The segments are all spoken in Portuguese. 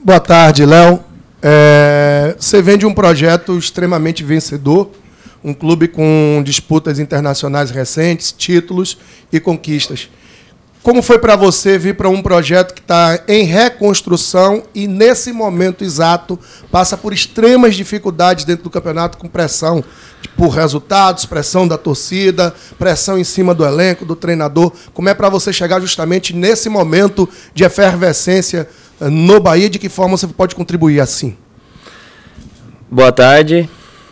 Boa tarde, Léo. Você vem de um projeto extremamente vencedor, um clube com disputas internacionais recentes, títulos e conquistas. Como foi para você vir para um projeto que está em reconstrução e, nesse momento exato, passa por extremas dificuldades dentro do campeonato, com pressão por resultados, pressão da torcida, pressão em cima do elenco, do treinador? Como é para você chegar justamente nesse momento de efervescência no Bahia? De que forma você pode contribuir assim? Boa tarde.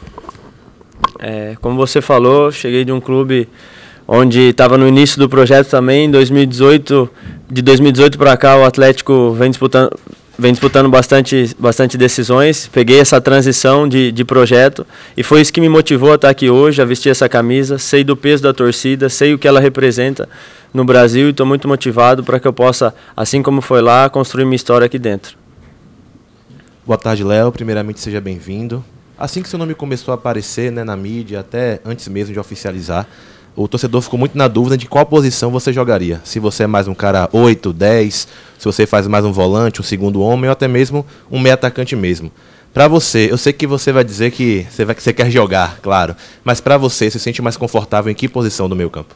Como você falou, cheguei de um clube onde estava no início do projeto também. Em 2018, de 2018 para cá, o Atlético vem disputando bastante decisões. Peguei essa transição de projeto e foi isso que me motivou a estar aqui hoje, a vestir essa camisa. Sei do peso da torcida, sei o que ela representa no Brasil e estou muito motivado para que eu possa, assim como foi lá, construir minha história aqui dentro. Boa tarde, Léo. Primeiramente, seja bem-vindo. Assim que seu nome começou a aparecer, né, na mídia, até antes mesmo de oficializar, o torcedor ficou muito na dúvida de qual posição você jogaria. Se você é mais um cara 8, 10, se você faz mais um volante, um segundo homem, ou até mesmo um meio atacante mesmo. Para você, eu sei que você vai dizer que você quer jogar, claro, mas para você, se sente mais confortável em que posição do meio campo?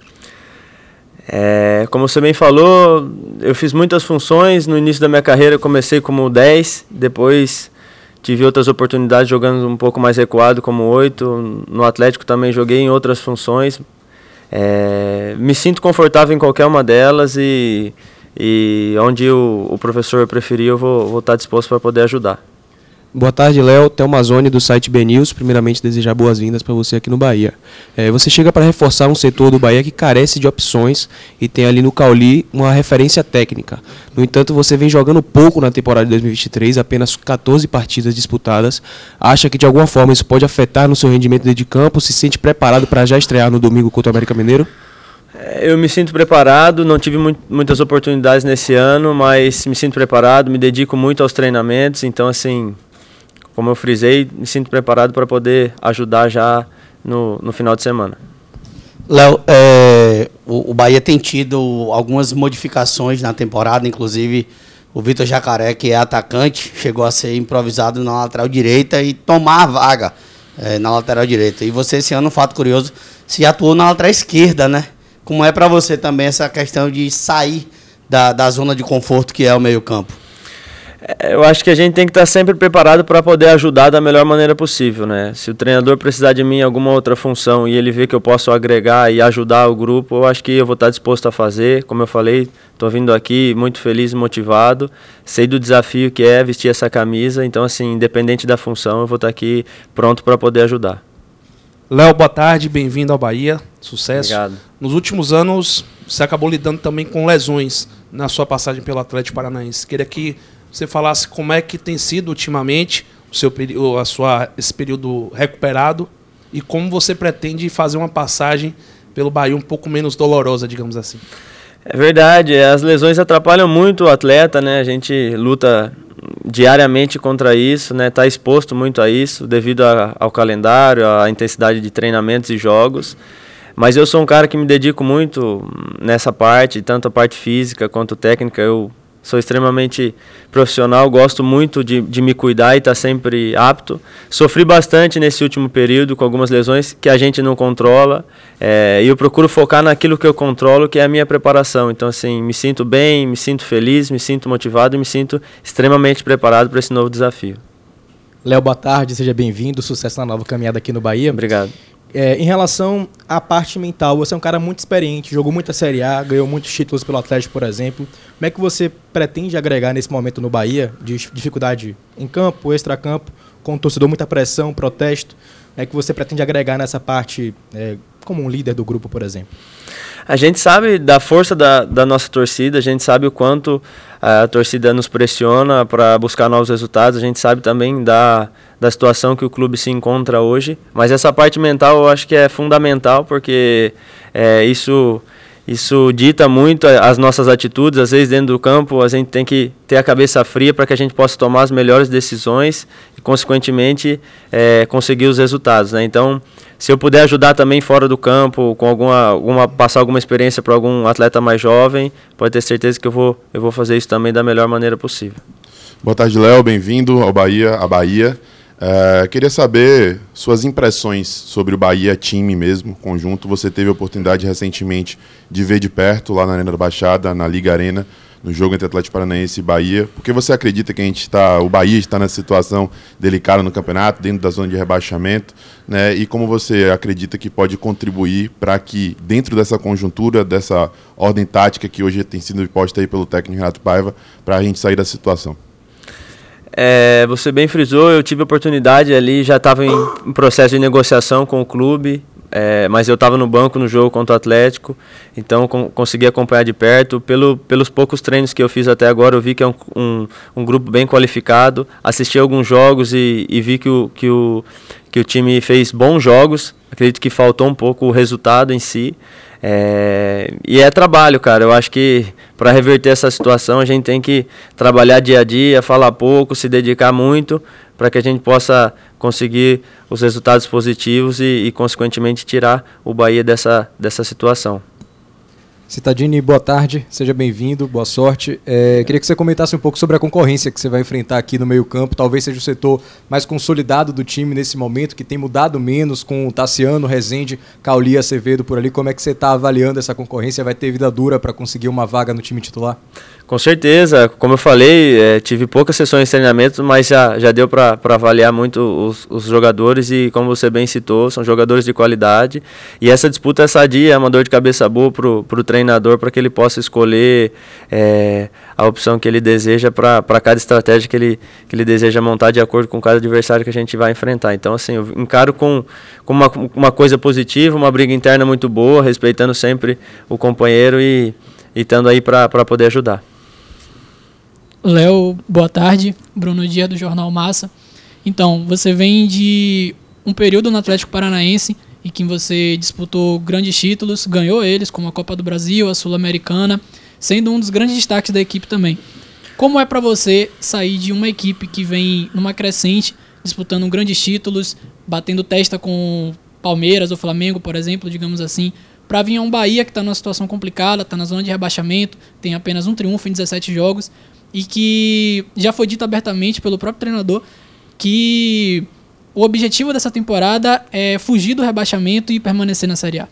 Como você bem falou, eu fiz muitas funções. No início da minha carreira eu comecei como 10, depois tive outras oportunidades jogando um pouco mais recuado como 8. No Atlético também joguei em outras funções. Me sinto confortável em qualquer uma delas e onde o professor preferir eu vou estar disposto para poder ajudar. Boa tarde, Léo. Thelma Zoni, do site BNews. Primeiramente, desejar boas-vindas para você aqui no Bahia. Você chega para reforçar um setor do Bahia que carece de opções e tem ali no Cauli uma referência técnica. No entanto, você vem jogando pouco na temporada de 2023, apenas 14 partidas disputadas. Acha que de alguma forma isso pode afetar no seu rendimento dentro de campo? Se sente preparado para já estrear no domingo contra o América Mineiro? Eu me sinto preparado, não tive muitas oportunidades nesse ano, mas me sinto preparado, me dedico muito aos treinamentos, então assim, como eu frisei, me sinto preparado para poder ajudar já no final de semana. Léo, o Bahia tem tido algumas modificações na temporada, inclusive o Vitor Jacaré, que é atacante, chegou a ser improvisado na lateral direita e tomar a vaga na lateral direita. E você, esse ano, um fato curioso, se atuou na lateral esquerda, né? Como é para você também essa questão de sair da zona de conforto que é o meio-campo? Eu acho que a gente tem que estar sempre preparado para poder ajudar da melhor maneira possível, né? Se o treinador precisar de mim em alguma outra função e ele vê que eu posso agregar e ajudar o grupo, eu acho que eu vou estar disposto a fazer. Como eu falei, estou vindo aqui muito feliz e motivado, sei do desafio que é vestir essa camisa, então assim, independente da função, eu vou estar aqui pronto para poder ajudar. Léo, boa tarde, bem-vindo ao Bahia, sucesso. Obrigado. Nos últimos anos, você acabou lidando também com lesões na sua passagem pelo Atlético Paranaense. Queria que você falasse como é que tem sido ultimamente esse período recuperado e como você pretende fazer uma passagem pelo Bahia um pouco menos dolorosa, digamos assim. É verdade, as lesões atrapalham muito o atleta, né? A gente luta diariamente contra isso, né? Tá exposto muito a isso devido ao calendário, à intensidade de treinamentos e jogos. Mas eu sou um cara que me dedico muito nessa parte, tanto a parte física quanto técnica. Eu sou extremamente profissional, gosto muito de me cuidar e estar sempre apto. Sofri bastante nesse último período com algumas lesões que a gente não controla. E eu procuro focar naquilo que eu controlo, que é a minha preparação. Então, assim, me sinto bem, me sinto feliz, me sinto motivado e me sinto extremamente preparado para esse novo desafio. Léo, boa tarde, seja bem-vindo. Sucesso na nova caminhada aqui no Bahia. Obrigado. Em relação à parte mental, você é um cara muito experiente, jogou muita Série A, ganhou muitos títulos pelo Atlético, por exemplo. Como é que você pretende agregar nesse momento no Bahia, de dificuldade em campo, extracampo, com o torcedor, muita pressão, protesto? Como é que você pretende agregar nessa parte como um líder do grupo, por exemplo? A gente sabe da força da nossa torcida, a gente sabe o quanto a torcida nos pressiona para buscar novos resultados, a gente sabe também da situação que o clube se encontra hoje, mas essa parte mental eu acho que é fundamental, porque isso dita muito as nossas atitudes. Às vezes dentro do campo a gente tem que ter a cabeça fria para que a gente possa tomar as melhores decisões e consequentemente conseguir os resultados, né? Então, se eu puder ajudar também fora do campo, com passar alguma experiência para algum atleta mais jovem, pode ter certeza que eu vou fazer isso também da melhor maneira possível. Boa tarde, Léo. Bem-vindo ao Bahia, à Bahia. Queria saber suas impressões sobre o Bahia time mesmo, conjunto. Você teve a oportunidade recentemente de ver de perto lá na Arena da Baixada, na Liga Arena, no jogo entre Atlético Paranaense e Bahia. Por que você acredita que o Bahia está nessa situação delicada no campeonato, dentro da zona de rebaixamento, né? E como você acredita que pode contribuir para que, dentro dessa conjuntura, dessa ordem tática que hoje tem sido imposta aí pelo técnico Renato Paiva, para a gente sair da situação? Você bem frisou, eu tive a oportunidade ali, já estava em processo de negociação com o clube, mas eu estava no banco no jogo contra o Atlético, então consegui acompanhar de perto. Pelos poucos treinos que eu fiz até agora, eu vi que é um grupo bem qualificado. Assisti alguns jogos e vi que o time fez bons jogos. Acredito que faltou um pouco o resultado em si. E é trabalho, cara. Eu acho que para reverter essa situação a gente tem que trabalhar dia a dia, falar pouco, se dedicar muito, para que a gente possa conseguir os resultados positivos e consequentemente tirar o Bahia dessa situação. Cittadini, boa tarde, seja bem-vindo, boa sorte. Queria que você comentasse um pouco sobre a concorrência que você vai enfrentar aqui no meio-campo. Talvez seja o setor mais consolidado do time nesse momento, que tem mudado menos com o Tassiano, Rezende, Cauli, Acevedo por ali. Como é que você está avaliando essa concorrência? Vai ter vida dura para conseguir uma vaga no time titular? Com certeza, como eu falei, tive poucas sessões de treinamento, mas já deu para avaliar muito os jogadores e, como você bem citou, são jogadores de qualidade. E essa disputa é sadia, é uma dor de cabeça boa para o treinador, para que ele possa escolher a opção que ele deseja para cada estratégia que ele deseja montar de acordo com cada adversário que a gente vai enfrentar. Então, assim, eu encaro com uma coisa positiva, uma briga interna muito boa, respeitando sempre o companheiro e estando aí para poder ajudar. Léo, boa tarde. Bruno Dias, do Jornal Massa. Então, você vem de um período no Atlético Paranaense em que você disputou grandes títulos, ganhou eles, como a Copa do Brasil, a Sul-Americana, sendo um dos grandes destaques da equipe também. Como é para você sair de uma equipe que vem numa crescente, disputando grandes títulos, batendo testa com Palmeiras ou Flamengo, por exemplo, digamos assim, para vir a um Bahia que está numa situação complicada, está na zona de rebaixamento, tem apenas um triunfo em 17 jogos, e que já foi dito abertamente pelo próprio treinador que o objetivo dessa temporada é fugir do rebaixamento e permanecer na Série A.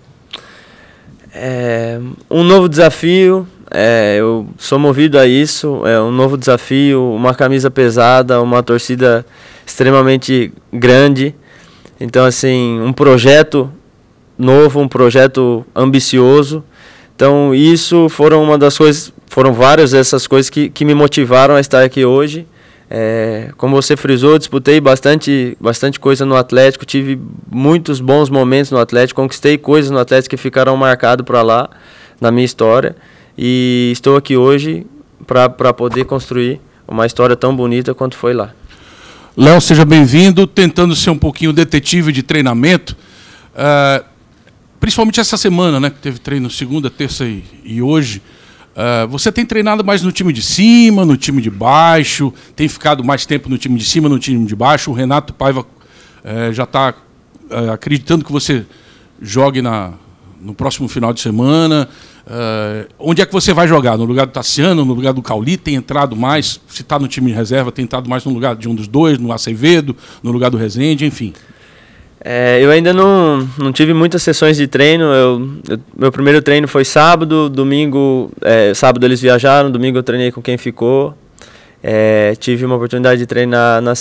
Um novo desafio, eu sou movido a isso, um novo desafio, uma camisa pesada, uma torcida extremamente grande. Então, assim, um projeto novo, um projeto ambicioso. Então, isso foram várias dessas coisas que me motivaram a estar aqui hoje. Como você frisou, disputei bastante coisa no Atlético, tive muitos bons momentos no Atlético, conquistei coisas no Atlético que ficaram marcadas para lá, na minha história, e estou aqui hoje para poder construir uma história tão bonita quanto foi lá. Léo, seja bem-vindo, tentando ser um pouquinho detetive de treinamento, principalmente essa semana, né, que teve treino segunda, terça e hoje. Você tem treinado mais no time de cima, no time de baixo, tem ficado mais tempo no time de cima, no time de baixo. O Renato Paiva já está acreditando que você jogue no próximo final de semana. Onde é que você vai jogar? No lugar do Tassiano, no lugar do Cauli? Tem entrado mais, se está no time de reserva, tem entrado mais no lugar de um dos dois, no Acevedo, no lugar do Rezende, enfim. Eu ainda não tive muitas sessões de treino. Meu primeiro treino foi sábado, domingo, sábado eles viajaram, domingo eu treinei com quem ficou. Tive uma oportunidade de treinar na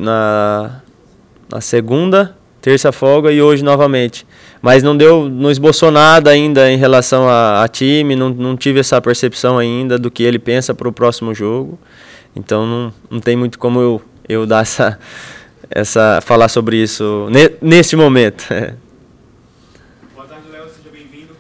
segunda, terça folga e hoje novamente. Mas não esboçou nada ainda em relação a time, não tive essa percepção ainda do que ele pensa para o próximo jogo. Então não tem muito como eu dar falar sobre isso neste momento. Boa tarde, Léo, seja bem-vindo.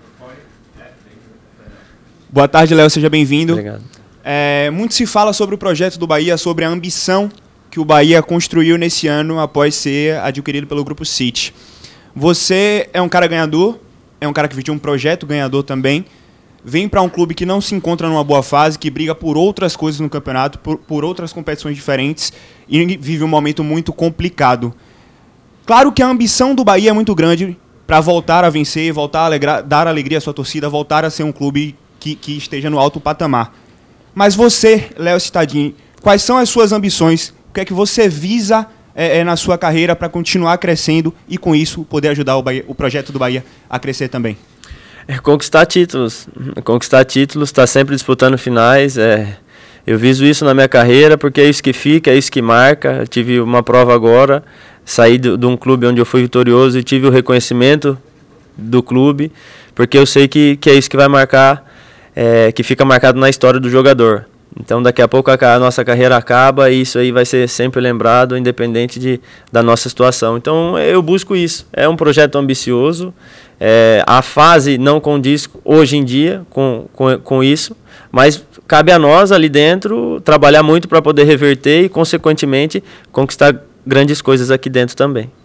Boa tarde, Léo, seja bem-vindo. Obrigado. Muito se fala sobre o projeto do Bahia, sobre a ambição que o Bahia construiu nesse ano após ser adquirido pelo Grupo City. Você é um cara ganhador, é um cara que vestiu um projeto ganhador também, vem para um clube que não se encontra numa boa fase, que briga por outras coisas no campeonato, por outras competições diferentes e vive um momento muito complicado. Claro que a ambição do Bahia é muito grande para voltar a vencer, voltar a dar alegria à sua torcida, voltar a ser um clube que esteja no alto patamar. Mas você, Léo Cittadini, Quais são as suas ambições? O que é que você visa na sua carreira para continuar crescendo e, com isso, poder ajudar o projeto do Bahia a crescer também? Conquistar títulos. Conquistar títulos, estar sempre disputando finais. Eu viso isso na minha carreira porque é isso que fica, é isso que marca. Eu tive uma prova agora, saí de um clube onde eu fui vitorioso e tive o reconhecimento do clube, porque eu sei que é isso que vai marcar, que fica marcado na história do jogador. Então daqui a pouco a nossa carreira acaba e isso aí vai ser sempre lembrado, independente da nossa situação. Então eu busco isso. É um projeto ambicioso, a fase não condiz hoje em dia com isso, mas cabe a nós ali dentro trabalhar muito para poder reverter e, consequentemente, conquistar grandes coisas aqui dentro também.